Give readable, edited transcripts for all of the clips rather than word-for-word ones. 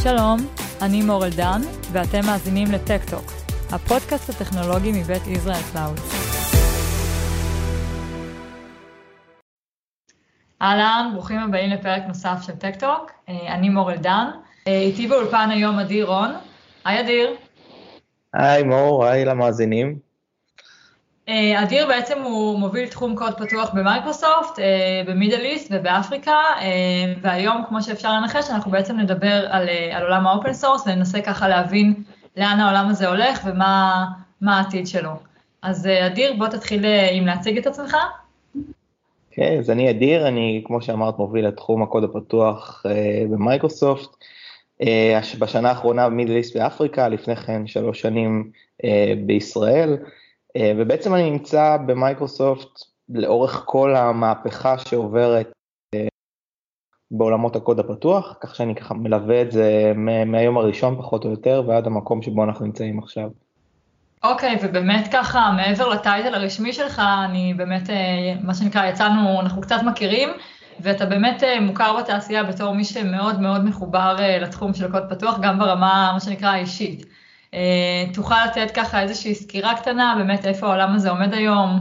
שלום, אני מור אלדן, ואתם מאזינים לטק-טוק, הפודקאסט הטכנולוגי מבית ישראל קלאוד. אהלן, ברוכים הבאים לפרק נוסף של טק-טוק, אני מור אלדן, איתי באולפן היום אדיר רון. היי אדיר. היי מור, היי למאזינים. אדיר בעצם הוא מוביל תחום קוד פתוח במייקרוסופט, במידל איסט ובאפריקה, והיום כמו שאפשר לנחש אנחנו בעצם נדבר על עולם האופן סורס, וננסה ככה להבין לאן העולם הזה הולך ומה העתיד שלו. אז אדיר, בוא תתחיל עם להציג את עצמך. כן, אז אני אדיר, אני כמו שאמרת מוביל את תחום הקוד הפתוח במייקרוסופט, בשנה האחרונה במידל איסט ואפריקה, לפני כן 3 שנים בישראל, ובעצם אני נמצא במייקרוסופט לאורך כל המהפכה שעוברת בעולמות הקוד הפתוח, כך שאני ככה מלווה את זה מהיום הראשון פחות או יותר, ועד המקום שבו אנחנו נמצאים עכשיו. אוקיי, ובאמת ככה, מעבר לטייטל הרשמי שלך, אני באמת, מה שנקרא, אנחנו קצת מכירים, ואתה באמת מוכר בתעשייה בתור מי שמאוד מאוד מחובר לתחום של קוד פתוח, גם ברמה, מה שנקרא, האישית. תוכל לתת ככה איזושהי סקירה קטנה, באמת איפה העולם הזה עומד היום?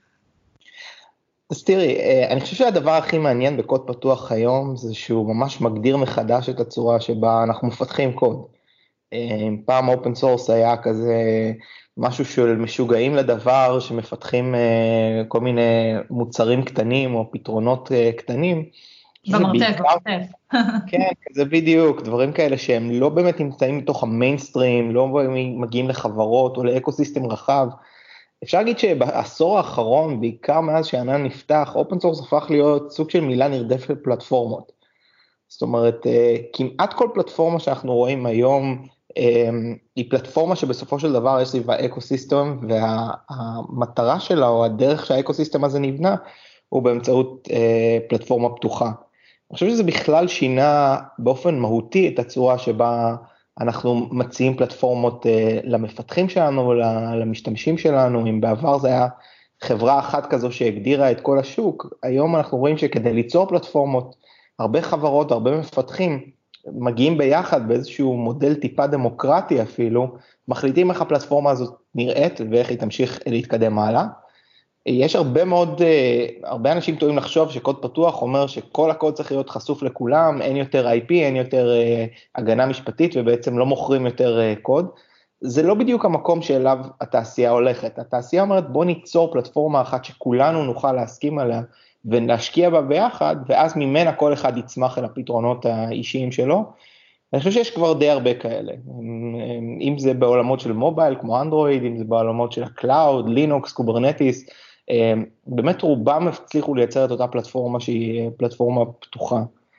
אז תראי, אני חושב שהדבר הכי מעניין בקוד פתוח היום, זה שהוא ממש מגדיר מחדש את הצורה שבה אנחנו מפתחים קוד. פעם אופן סורס היה כזה משהו של משוגעים לדבר, שמפתחים כל מיני מוצרים קטנים, או פתרונות קטנים. במרתף. כן, זה בדיוק, דברים כאלה שהם לא באמת נמצאים מתוך המיינסטרים, לא מגיעים לחברות או לאקוסיסטם רחב. אפשר להגיד שבעשור האחרון, בעיקר מאז שהענן נפתח, אופן סורס הפך להיות סוג של מילה נרדפת לפלטפורמות. זאת אומרת, כמעט כל פלטפורמה שאנחנו רואים היום, היא פלטפורמה שבסופו של דבר יש סביבה אקוסיסטם, והמטרה שלה או הדרך שהאקוסיסטם הזה נבנה, הוא באמצעות פלטפורמה פתוחה. אני חושב שזה בכלל שינה באופן מהותי את הצורה שבה אנחנו מציעים פלטפורמות למפתחים שלנו, למשתמשים שלנו. אם בעבר זה היה חברה אחת כזו שהגדירה את כל השוק, היום אנחנו רואים שכדי ליצור פלטפורמות, הרבה חברות, הרבה מפתחים, מגיעים ביחד באיזשהו מודל טיפה דמוקרטי אפילו, מחליטים איך הפלטפורמה הזאת נראית ואיך היא תמשיך להתקדם הלאה. יש הרבה אנשים טועים לחשוב שקוד פתוח אומר שכל הקוד צריך להיות חשוף לכולם, אין יותר IP, אין יותר הגנה משפטית, ובעצם לא מוכרים יותר קוד. זה לא בדיוק המקום שאליו התעשייה הולכת. התעשייה אומרת בוא ניצור פלטפורמה אחת שכולנו נוכל להסכים עליה, ולהשקיע בה ביחד, ואז ממנה כל אחד יצמח אל הפתרונות האישיים שלו. אני חושב שיש כבר די הרבה כאלה, אם זה בעולמות של מובייל כמו אנדרואיד, אם זה בעולמות של הקלאוד, לינוקס, קוברנטיס, באמת רובם הצליחו לייצר את אותה פלטפורמה שהיא פלטפורמה פתוחה.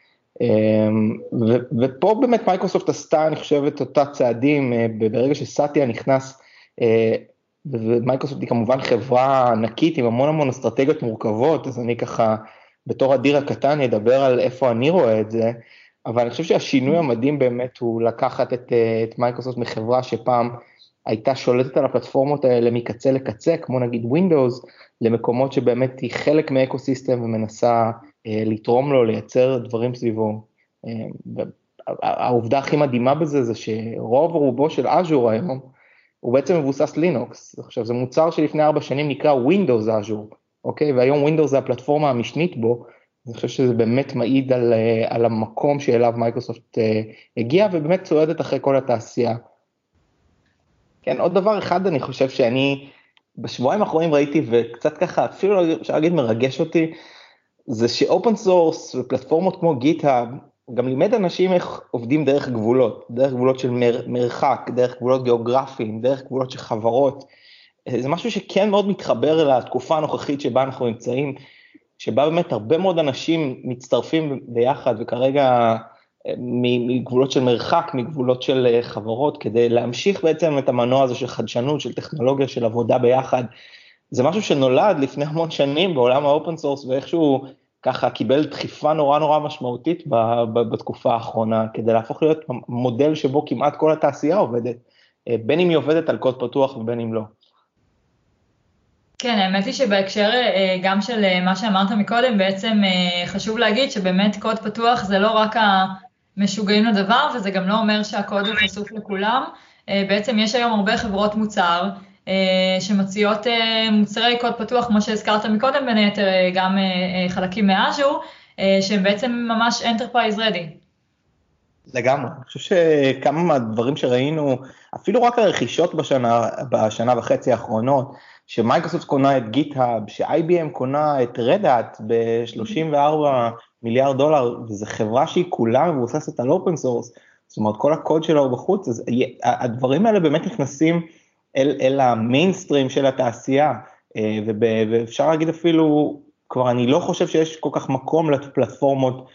ופה באמת מייקרוסופט עשתה, אני חושב, את אותה צעדים, ברגע שסאטיה נכנס, ומייקרוסופט היא כמובן חברה ענקית עם המון אסטרטגיות מורכבות, אז אני ככה בתור אדיר הקטן ידבר על איפה אני רואה את זה, אבל אני חושב שהשינוי המדהים באמת הוא לקחת את מייקרוסופט מחברה שפעם הייתה שולטת על הפלטפורמות האלה מקצה לקצה, כמו נגיד ווינדוס, למקומות שבאמת היא חלק מאקוסיסטם ומנסה לתרום לו, לייצר דברים סביבו. העובדה הכי מדהימה בזה זה שרוב רובו של אז'ור היום, הוא בעצם מבוסס לינוקס. עכשיו זה מוצר שלפני 4 שנים נקרא ווינדוס אז'ור, אוקיי? והיום ווינדוס זה הפלטפורמה המשנית בו, אני חושב שזה באמת מעיד על המקום שאליו מייקרוסופט הגיע, ובאמת צועדת אחרי כל התעשייה. כן, עוד דבר אחד אני חושב שאני בשבועיים האחרונים ראיתי, וקצת ככה, אפילו לא אפשר להגיד מרגש אותי, זה שאופן סורס ופלטפורמות כמו גיטהאב, גם לימד אנשים איך עובדים דרך גבולות של מרחק, דרך גבולות גיאוגרפיים, דרך גבולות של חברות. זה משהו שכן מאוד מתחבר לתקופה הנוכחית שבה אנחנו נמצאים, שבה באמת הרבה מאוד אנשים מצטרפים ביחד, וכרגע מגבולות של מרחק, מגבולות של חברות, כדי להמשיך בעצם את המנוע הזה של חדשנות, של טכנולוגיה, של עבודה ביחד. זה משהו שנולד לפני המון שנים בעולם האופן סורס, ואיכשהו ככה קיבל דחיפה נורא משמעותית בתקופה האחרונה, כדי להפוך להיות מודל שבו כמעט כל התעשייה עובדת, בין אם היא עובדת על קוד פתוח ובין אם לא. כן, האמת היא שבהקשר גם של מה שאמרת מקודם, בעצם חשוב להגיד שבאמת קוד פתוח זה לא רק משוגעים לדבר, וזה גם לא אומר שהקוד הוא חשוף לכולם. בעצם יש היום הרבה חברות מוצר, שמציעות מוצרי קוד פתוח, כמו שהזכרת מקודם, בין היתר גם חלקים מאז'ור, שהם בעצם ממש Enterprise Ready. לגמרי, אני חושב שכמה מהדברים שראינו, אפילו רק הרכישות בשנה וחצי האחרונות, שמייקרוסופט קונה את GitHub, ש-IBM קונה את Red Hat ב-34 מיליארד דולר, וזו חברה שהיא כולה מבוססת על אופן סורס, זאת אומרת כל הקוד שלה הוא בחוץ, אז הדברים האלה באמת נכנסים אל המיינסטרים של התעשייה, ואפשר להגיד אפילו, כבר אני לא חושב שיש כל כך מקום לפלטפורמות,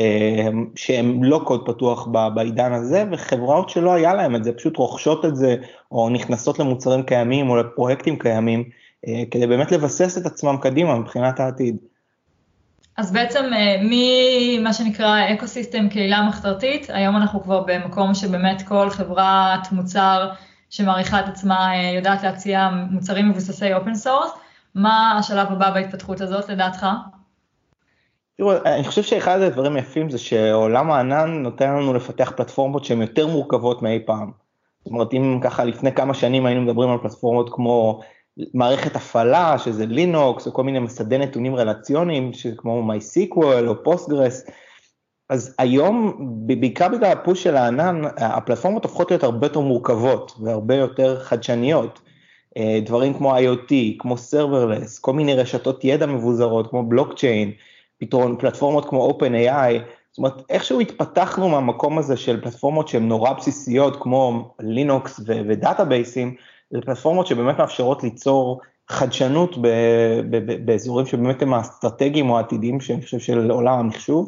שהם לא קוד פתוח בעידן הזה, וחברות שלא היה להם את זה, פשוט רוכשות את זה, או נכנסות למוצרים קיימים, או לפרויקטים קיימים, כדי באמת לבסס את עצמם קדימה, מבחינת העתיד. אז בעצם, מה שנקרא אקוסיסטם קהילה מחתרתית, היום אנחנו כבר במקום שבאמת כל חברת מוצר, שמעריכה את עצמה, יודעת להציע מוצרים מבוססי אופן סורס, מה השלב הבא בהתפתחות הזאת, לדעתך? תראו, אני חושב שאחד הדברים היפים זה שעולם הענן נותן לנו לפתח פלטפורמות שהן יותר מורכבות מאי פעם. זאת אומרת, אם ככה לפני כמה שנים היינו מדברים על פלטפורמות כמו מערכת הפעלה, שזה לינוקס, או כל מיני מסדי נתונים רלציוניים, כמו MySQL או Postgres, אז היום, בעיקר בגלל הפוש של הענן, הפלטפורמות הופכות להיות הרבה יותר מורכבות, והרבה יותר חדשניות. דברים כמו IoT, כמו Serverless, כל מיני רשתות ידע מבוזרות, כמו בלוקצ'יין, פלטפורמות כמו OpenAI, זאת אומרת, איכשהו התפתחנו מהמקום הזה של פלטפורמות שהן נורא בסיסיות, כמו לינוקס ודאטאבייסים, לפלטפורמות שבאמת מאפשרות ליצור חדשנות באזורים שבאמת הם האסטרטגיים או העתידיים, שאני חושב של עולם המחשוב,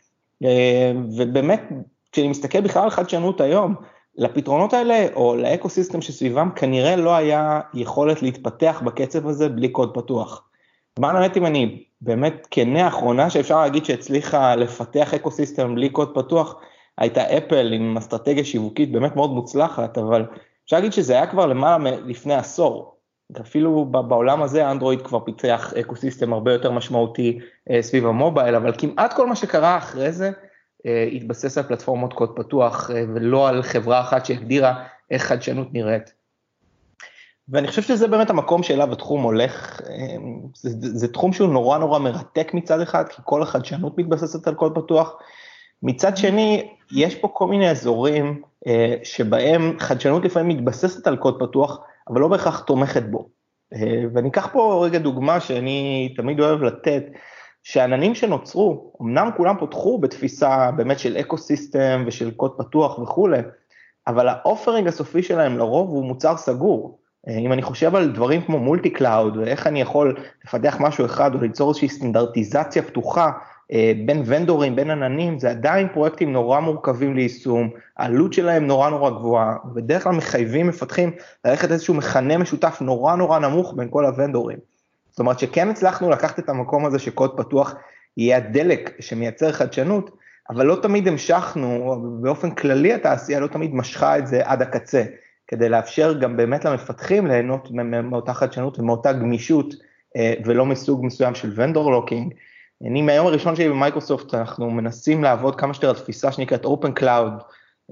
ובאמת, כשאני מסתכל בכלל על חדשנות היום, לפתרונות האלה, או לאקוסיסטם שסביבם, כנראה לא היה יכולת להתפתח בקצב הזה בלי קוד פתוח. מה באמת אם אני באמת כנה האחרונה שאפשר להגיד שהצליחה לפתח אקוסיסטם בלי קוד פתוח, הייתה אפל עם אסטרטגיה שיווקית באמת מאוד מוצלחת, אבל אפשר להגיד שזה היה כבר למעלה לפני עשור, אפילו בעולם הזה אנדרואיד כבר פיתח אקוסיסטם הרבה יותר משמעותי סביב המובייל, אבל כמעט כל מה שקרה אחרי זה, התבסס על פלטפורמות קוד פתוח, ולא על חברה אחת שהגדירה איך חדשנות נראית. ואני חושב שזה באמת המקום שאליו התחום הולך, זה תחום שהוא נורא נורא מרתק מצד אחד, כי כל החדשנות מתבססת על קוד פתוח, מצד שני, יש פה כל מיני אזורים שבהם חדשנות לפעמים מתבססת על קוד פתוח, אבל לא בהכרח תומכת בו. ואני אקח פה רגע דוגמה שאני תמיד אוהב לתת, שהעננים שנוצרו, אמנם כולם פותחו בתפיסה באמת של אקוסיסטם ושל קוד פתוח וכו', אבל האופרינג הסופי שלהם לרוב הוא מוצר סגור. אם אני חושב על דברים כמו מולטי קלאוד, ואיך אני יכול לפתח משהו אחד, או ליצור איזושהי סטנדרטיזציה פתוחה, בין ונדורים, בין עננים, זה עדיין פרויקטים נורא מורכבים ליישום, העלות שלהם נורא נורא גבוהה, ובדרך כלל מחייבים מפתחים ללכת איזשהו מכנה משותף נורא נורא נמוך בין כל הוונדורים. זאת אומרת שכן הצלחנו לקחת את המקום הזה שקוד פתוח יהיה הדלק שמייצר חדשנות, אבל לא תמיד המשכנו, באופן כללי התעשייה לא תמיד משכה את זה עד הקצה, כדי לאפשר גם באמת למפתחים ליהנות מאותה חדשנות ומאותה גמישות, ולא מסוג מסוים של ונדור לוקינג. אני מהיום הראשון שלי במייקרוסופט, אנחנו מנסים לעבוד כמה שיותר על תפיסה שנקראת Open Cloud,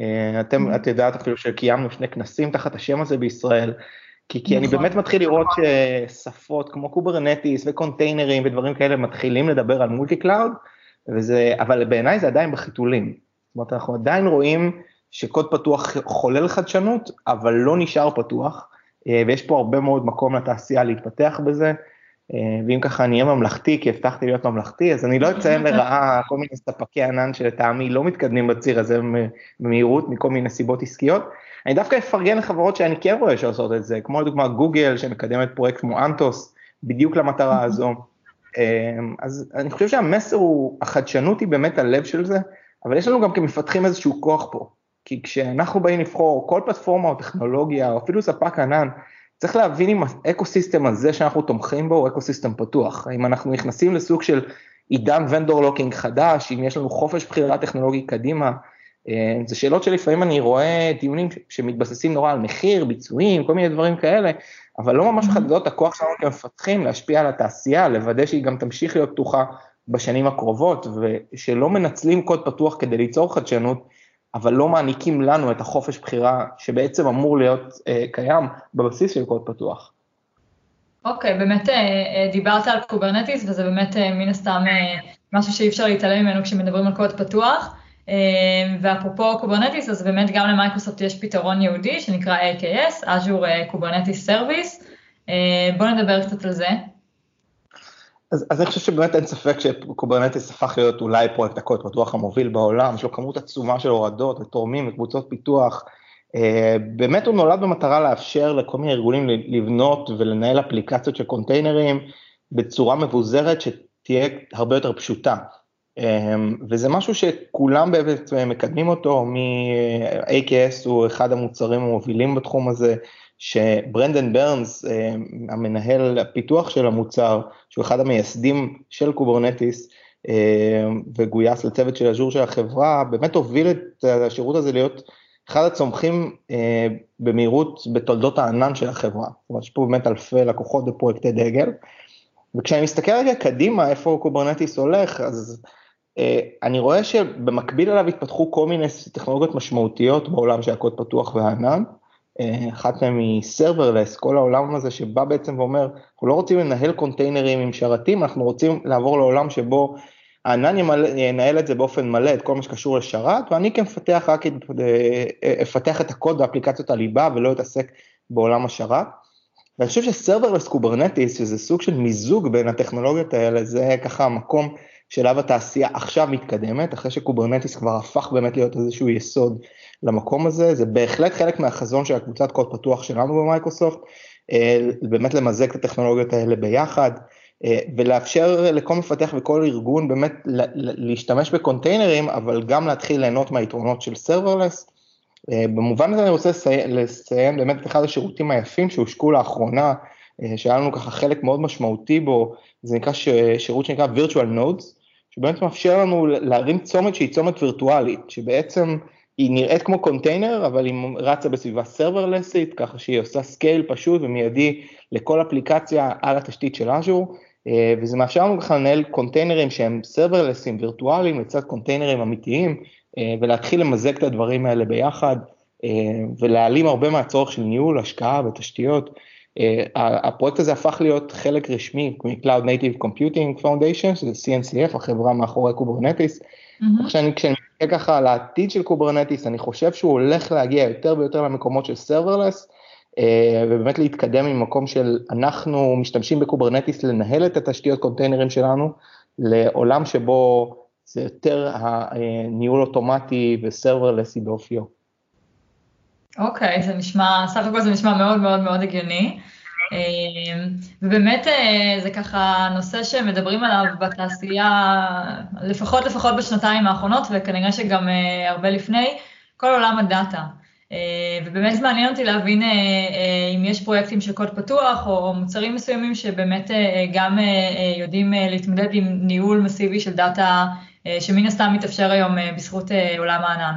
את יודעת אפילו שקיימנו 2 כנסים תחת השם הזה בישראל, כי אני באמת מתחיל לראות ששפות כמו קוברנטיס וקונטיינרים ודברים כאלה מתחילים לדבר על מולטי קלאוד, אבל בעיניי זה עדיין בחיתולים, זאת אומרת אנחנו עדיין רואים שקוד פתוח חולל חדשנות, אבל לא נשאר פתוח, ויש פה הרבה מאוד מקום לתעשייה להתפתח בזה, ואם ככה אני אהיה ממלכתי, כי הבטחתי להיות ממלכתי, אז אני לא אציין לרעה כל מיני ספקי ענן שלטעמי לא מתקדמים בציר הזה במהירות, מכל מיני סיבות עסקיות. אני דווקא אפרגן לחברות שאני כן רואה שעושות את זה, כמו לדוגמה גוגל שמקדמת פרויקט כמו אנטוס, בדיוק למטרה הזו. אז אני חושב שהמסר הוא, החדשנות היא באמת הלב של זה, אבל יש לנו גם כמפתחים איזשהו כוח פה, כי כשאנחנו באים לבחור כל פלטפורמה או טכנולוגיה, או אפילו ספק ענן, צריך להבין אם האקוסיסטם הזה שאנחנו תומכים בו הוא אקוסיסטם פתוח, אם אנחנו נכנסים לסוג של עידן ונדור לוקינג חדש, אם יש לנו חופש בחירה טכנולוגי קדימה, זה שאלות שלפעמים אני רואה דיונים שמתבססים נורא על מחיר, ביצועים, כל מיני דברים כאלה, אבל לא ממש מחדדות את הכוח שלנו כמפתחים להשפיע על התעשייה, לוודא שהיא גם תמשיך להיות פתוחה בשנים הקרובות, ושלא מנצלים קוד פתוח כדי ליצור חדשנות, אבל לא מעניקים לנו את החופש בחירה שבעצם אמור להיות קיים בבסיס של קוד פתוח. אוקיי, באמת דיברת על קוברנטיס, וזה באמת מן הסתם משהו שאי אפשר להתעלם ממנו כשמדברים על קוד פתוח, ואפרופו קוברנטיס, אז באמת גם למייקרוסופט יש פתרון ייעודי שנקרא AKS, Azure Kubernetes Service, בואו נדבר קצת על זה. אז אני חושב שבאמת אין ספק שקוברנטיס הפך להיות אולי פרויקט הקוד פתוח המוביל בעולם, יש לו כמות עצומה של הורדות ותורמים וקבוצות פיתוח, באמת הוא נולד במטרה לאפשר לכל מיני ארגונים לבנות ולנהל אפליקציות של קונטיינרים, בצורה מבוזרת שתהיה הרבה יותר פשוטה, וזה משהו שכולם באמת מקדמים אותו, מ-AKS הוא אחד המוצרים המובילים בתחום הזה, שברנדן ברנס, המנהל הפיתוח של המוצר, שהוא אחד המייסדים של קוברנטיס, וגויס לצוות של אז'ור של החברה, באמת הוביל את השירות הזה להיות אחד הצומחים במהירות בתולדות הענן של החברה. זאת אומרת, יש פה באמת אלפי לקוחות בפרויקטי דגל, וכשאני מסתכל רגע קדימה, איפה קוברנטיס הולך, אז אני רואה שבמקביל אליו התפתחו כל מיני טכנולוגיות משמעותיות בעולם של הקוד פתוח והענן, אחת מהם היא סרברלס, כל העולם הזה שבא בעצם ואומר, אנחנו לא רוצים לנהל קונטיינרים עם שרתים, אנחנו רוצים לעבור לעולם שבו הענן ינהל את זה באופן מלא, את כל מה שקשור לשרת, ואני כמפתח רק אפתח את הקוד באפליקציות הליבה, ולא אתעסק בעולם השרת. ואני חושב שסרברלס קוברנטיס, שזה סוג של מיזוג בין הטכנולוגיות האלה, זה ככה המקום שאליו התעשייה עכשיו מתקדמת, אחרי שקוברנטיס כבר הפך באמת להיות איזשהו יסוד למקום הזה, זה בהחלט חלק מהחזון של הקבוצת קוד פתוח שלנו במייקרוסופט, באמת למזג את הטכנולוגיות האלה ביחד, ולאפשר לכל מפתח וכל ארגון באמת להשתמש בקונטיינרים, אבל גם להתחיל ליהנות מהיתרונות של סרברלס. במובן הזה אני רוצה לסיים באמת את אחד השירותים היפים שהושקו לאחרונה, שהיה לנו ככה חלק מאוד משמעותי בו, זה נקרא שירות שנקרא Virtual Nodes, שבאמת מאפשר לנו להרים צומת שהיא צומת וירטואלית, שבעצם היא נראית כמו קונטיינר, אבל היא רצה בסביבה סרברלסית, ככה שהיא עושה סקייל פשוט ומיידי לכל אפליקציה על התשתית של Azure, וזה מאפשר לנו ככה לנהל קונטיינרים שהם סרברלסים וירטואליים, לצד קונטיינרים אמיתיים, ולהתחיל למזג את הדברים האלה ביחד, ולהעלים הרבה מהצורך של ניהול, השקעה ותשתיות. הפרויקט הזה הפך להיות חלק רשמי מ-Cloud Native Computing Foundation, שזה CNCF, החברה מאחורי קוברנטיס. כשאני מסתכל ככה על העתיד של קוברנטיס, אני חושב שהוא הולך להגיע יותר ויותר למקומות של סרברלס, ובאמת להתקדם ממקום של אנחנו משתמשים בקוברנטיס לנהל את התשתיות קונטיינרים שלנו, לעולם שבו זה יותר הניהול אוטומטי וסרברלסי באופיו. אוקיי, זה נשמע, סך הכל זה נשמע מאוד מאוד מאוד הגיוני, ובאמת זה ככה נושא שמדברים עליו בתעשייה, לפחות בשנתיים האחרונות, וכנראה שגם הרבה לפני, כל עולם הדאטה. ובאמת מעניין אותי להבין אם יש פרויקטים של קוד פתוח, או מוצרים מסוימים שבאמת גם יודעים להתמודד עם ניהול מסיבי של דאטה, שמן הסתם מתאפשר היום בזכות עולם הענן.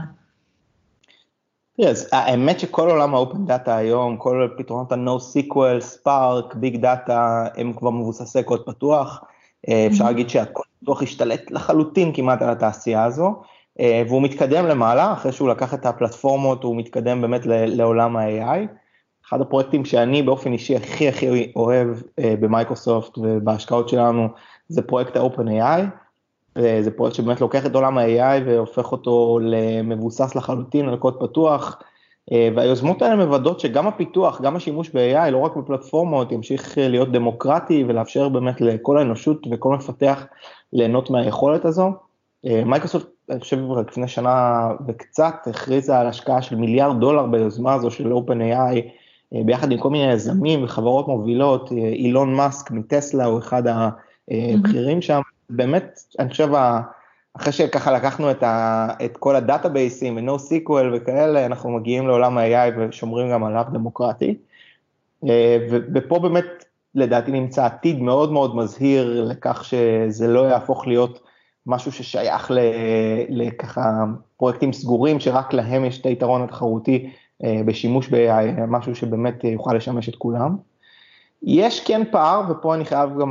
אז האמת שכל עולם האופן דאטה היום, כל פתרונות ה-NoSQL, Spark, Big Data, הם כבר מבוססי קוד פתוח, אפשר להגיד שהקוד פתוח השתלט לחלוטין כמעט על התעשייה הזו, והוא מתקדם למעלה, אחרי שהוא לקח את הפלטפורמות, הוא מתקדם באמת לעולם ה-AI, אחד הפרויקטים שאני באופן אישי הכי אוהב במייקרוסופט ובהשקעות שלנו, זה פרויקט ה-OpenAI, זה פרויקט שבאמת לוקח את עולם ה-AI והופך אותו למבוסס לחלוטין על קוד פתוח, והיוזמות האלה מוודאות שגם הפיתוח, גם השימוש ב-AI, לא רק בפלטפורמות, ימשיך להיות דמוקרטי ולאפשר באמת לכל האנושות וכל מפתח ליהנות מהיכולת הזו. מייקרוסופט, אני חושב, לפני שנה וקצת, הכריזה על השקעה של $1 מיליארד ביוזמה הזו של OpenAI, ביחד עם כל מיני יזמים וחברות מובילות, אילון מאסק מטסלה הוא אחד הבכירים שם, באמת, אני חושב, אחרי שככה לקחנו את כל הדאטאבייסים, ו-NoSQL וכאלה, אנחנו מגיעים לעולם ה-AI ושומרים גם עליו דמוקרטי, ופה באמת, לדעתי, נמצא עתיד מאוד מאוד מזהיר לכך שזה לא יהפוך להיות משהו ששייך לככה פרויקטים סגורים, שרק להם יש את היתרון התחרותי בשימוש ב-AI, משהו שבאמת יוכל לשמש את כולם. יש כן פער, ופה אני חייב גם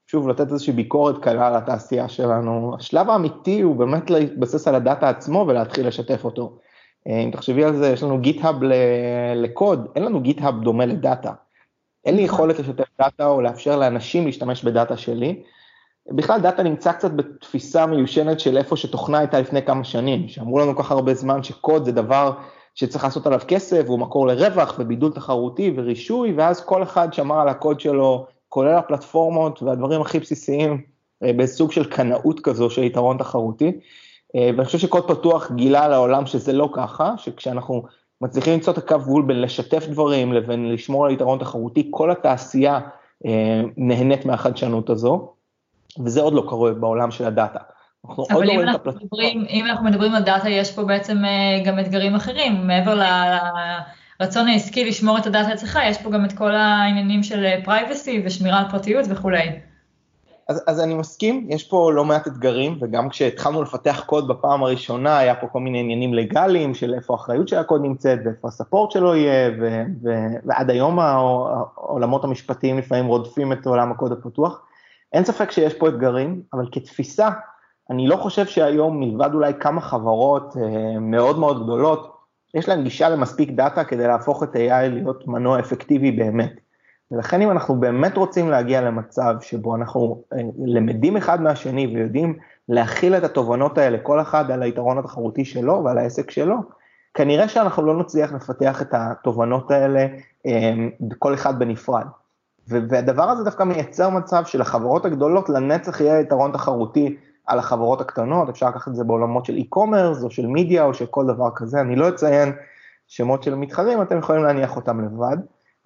שוב, לתת איזושהי ביקורת קלה על התעשייה שלנו. השלב האמיתי הוא באמת להתבסס על הדאטה עצמו ולהתחיל לשתף אותו. אם תחשבי על זה, יש לנו גיט-האב לקוד, אין לנו גיט-האב דומה לדאטה. אין לי יכולת לשתף דאטה או לאפשר לאנשים להשתמש בדאטה שלי. בכלל דאטה נמצא קצת בתפיסה מיושנת של איפה שתוכנה הייתה לפני כמה שנים, שאמרו לנו כך הרבה זמן שקוד זה דבר שצריך לעשות עליו כסף, והוא מקור לרווח ובידול תחרותי ורישוי, ואז כל אחד שמר על הקוד שלו, כולל הפלטפורמות והדברים הכי בסיסיים, בסוג של קנאות כזו של יתרון תחרותי, ואני חושב שקוד פתוח גילה לעולם שזה לא ככה, שכשאנחנו מצליחים למצוא את הקו גבול בין לשתף דברים לבין לשמור על יתרון תחרותי, כל התעשייה נהנית מהחדשנות הזו, וזה עוד לא קורה בעולם של הדאטה. אבל אם אנחנו מדברים על דאטה, יש פה בעצם גם אתגרים אחרים, מעבר לרצון העסקי לשמור את הדאטה אצלך, יש פה גם את כל העניינים של privacy ושמירה על פרטיות וכולי. אז אני מסכים, יש פה לא מעט אתגרים, וגם כשהתחלנו לפתח קוד בפעם הראשונה, היה פה כל מיני עניינים לגליים, של איפה האחריות של הקוד נמצאת, ואיפה הספורט שלו יהיה, ועד היום העולמות המשפטיים לפעמים רודפים את עולם הקוד הפתוח. אין ספק שיש פה אתגרים, אבל כתפיסה, אני לא חושב שהיום מלבד אולי כמה חברות מאוד מאוד גדולות, יש להם גישה למספיק דאטה כדי להפוך את AI להיות מנוע אפקטיבי באמת. ולכן אם אנחנו באמת רוצים להגיע למצב שבו אנחנו למדים אחד מהשני ויודעים להכיל את התובנות האלה, כל אחד על היתרון התחרותי שלו ועל העסק שלו, כנראה שאנחנו לא נצליח לפתח את התובנות האלה כל אחד בנפרד. והדבר הזה דווקא מייצר מצב של החברות הגדולות לנצח יהיה יתרון תחרותי על החברות הקטנות, אפשר לקחת את זה בעולמות של e-commerce או של מדיה או של כל דבר כזה, אני לא אציין שמות של מתחרים, אתם יכולים להניח אותם לבד,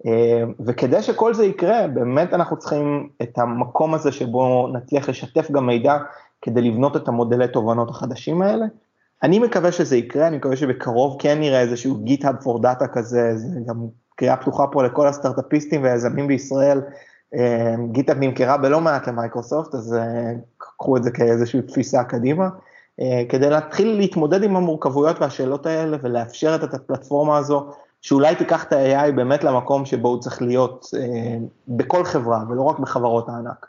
וכדי שכל זה יקרה, באמת אנחנו צריכים את המקום הזה שבו נצליח לשתף גם מידע, כדי לבנות את המודלי תובנות החדשים האלה. אני מקווה שזה יקרה, אני מקווה שבקרוב כן נראה איזשהו GitHub for Data כזה, זה גם קריאה פתוחה פה לכל הסטארט-אפיסטים והיזמים בישראל, GitHub נמכרה בלא מעט למייקרוסופט, אז קחו את זה כאיזושהי תפיסה קדימה, כדי להתחיל להתמודד עם המורכבויות והשאלות האלה, ולאפשר את הפלטפורמה הזו, שאולי תיקח את ה-AI באמת למקום שבו הוא צריך להיות בכל חברה, ולא רק בחברות הענק.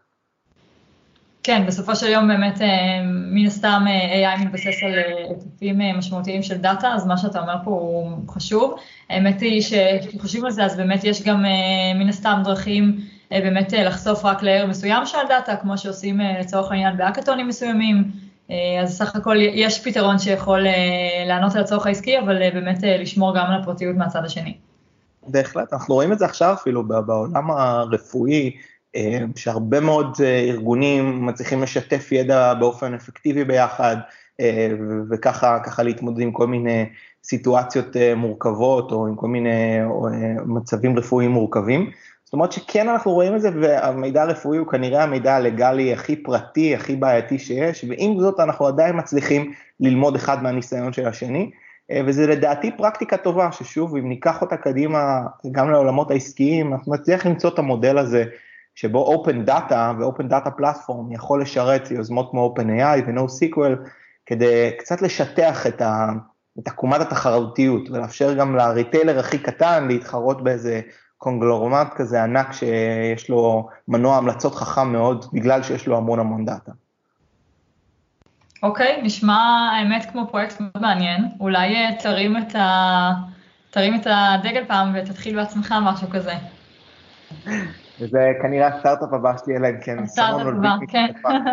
כן, בסופו של יום באמת, מן הסתם AI מתבסס על היקפים משמעותיים של דאטה, אז מה שאתה אומר פה הוא חשוב. האמת היא שחושבים על זה, אז באמת יש גם מן הסתם דרכים באמת לחשוף רק לאייר מסוים של דאטה, כמו שעושים לצורך העניין בהאקתונים מסוימים, אז סך הכל יש פתרון שיכול לענות על הצורך העסקי, אבל באמת לשמור גם על הפרטיות מהצד השני. בהחלט, אנחנו רואים את זה עכשיו אפילו בעולם הרפואי, שהרבה מאוד ארגונים מצליחים לשתף ידע באופן אפקטיבי ביחד, וככה להתמודד עם כל מיני סיטואציות מורכבות, או עם כל מיני מצבים רפואיים מורכבים. זאת אומרת שכן אנחנו רואים את זה, והמידע הרפואי הוא כנראה המידע הלגלי הכי פרטי, הכי בעייתי שיש, ועם זאת אנחנו עדיין מצליחים ללמוד אחד מהניסיון של השני, וזה לדעתי פרקטיקה טובה, ששוב, אם ניקח אותה קדימה גם לעולמות העסקיים, אנחנו נצליח למצוא את המודל הזה, שבו Open Data ו-Open Data Platform יכול לשרת יוזמות כמו OpenAI ו-NoSQL, כדי קצת לשטח את עקומת התחרותיות, ולאפשר גם לריטיילר הכי קטן להתחרות באיזה קונגלורמט כזה ענק, שיש לו מנוע המלצות חכם מאוד, בגלל שיש לו המון דאטה. אוקיי, נשמע האמת כמו פרויקט מאוד מעניין, אולי תרים את הדגל פעם ותתחיל בעצמך משהו כזה. וזה כנראה הסטארט-אפ הבא שלי, אלא אם כן. הסטארט-אפ הבא, כן.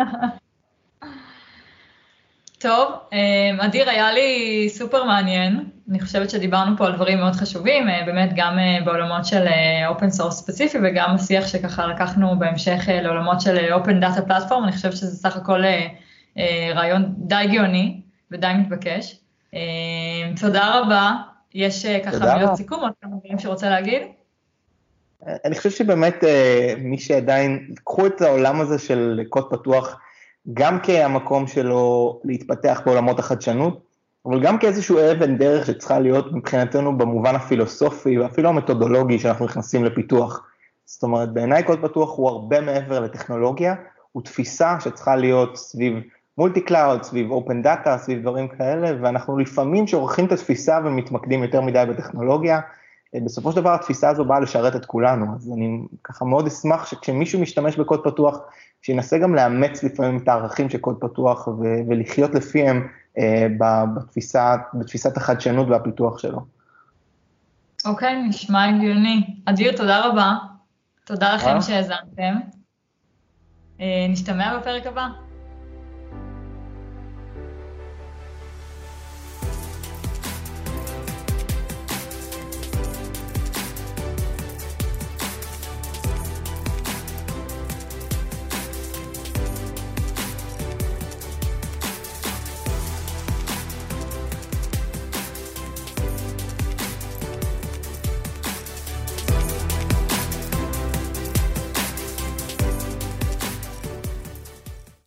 טוב, אדיר, היה לי סופר מעניין, אני חושבת שדיברנו פה על דברים מאוד חשובים, באמת גם בעולמות של אופן סורס ספציפי, וגם השיח שככה לקחנו בהמשך לעולמות של Open Data Platform, אני חושבת שזה סך הכל רעיון די גאוני ודי מתבקש. תודה רבה, יש ככה מילות סיכום, עוד כמה דברים שרוצה להגיד? אני חושב שבאמת מי שעדיין, קחו את העולם הזה של קוד פתוח, גם כהמקום שלו להתפתח בעולמות החדשנות, אבל גם כאיזשהו אבן דרך שצריכה להיות מבחינתנו במובן הפילוסופי, ואפילו המתודולוגי שאנחנו נכנסים לפיתוח. זאת אומרת, בעיניי קוד פתוח הוא הרבה מעבר לטכנולוגיה, הוא תפיסה שצריכה להיות סביב מולטי קלאוד, סביב אופן דאטה, סביב דברים כאלה, ואנחנו לפעמים שעורכים את התפיסה ומתמקדים יותר מדי בטכנולוגיה, בסופו של דבר התפיסה הזו באה לשרת את כולנו, אז אני ככה מאוד אשמח שכשמישהו משתמש בקוד פתוח, שינסה גם לאמץ לפעמים את הערכים של קוד פתוח ולחיות לפיהם בתפיסת החדשנות והפיתוח שלו. אוקיי, נשמע הגיוני. אדיר, תודה רבה. תודה לכם שהאזנתם. נשתמע בפרק הבא.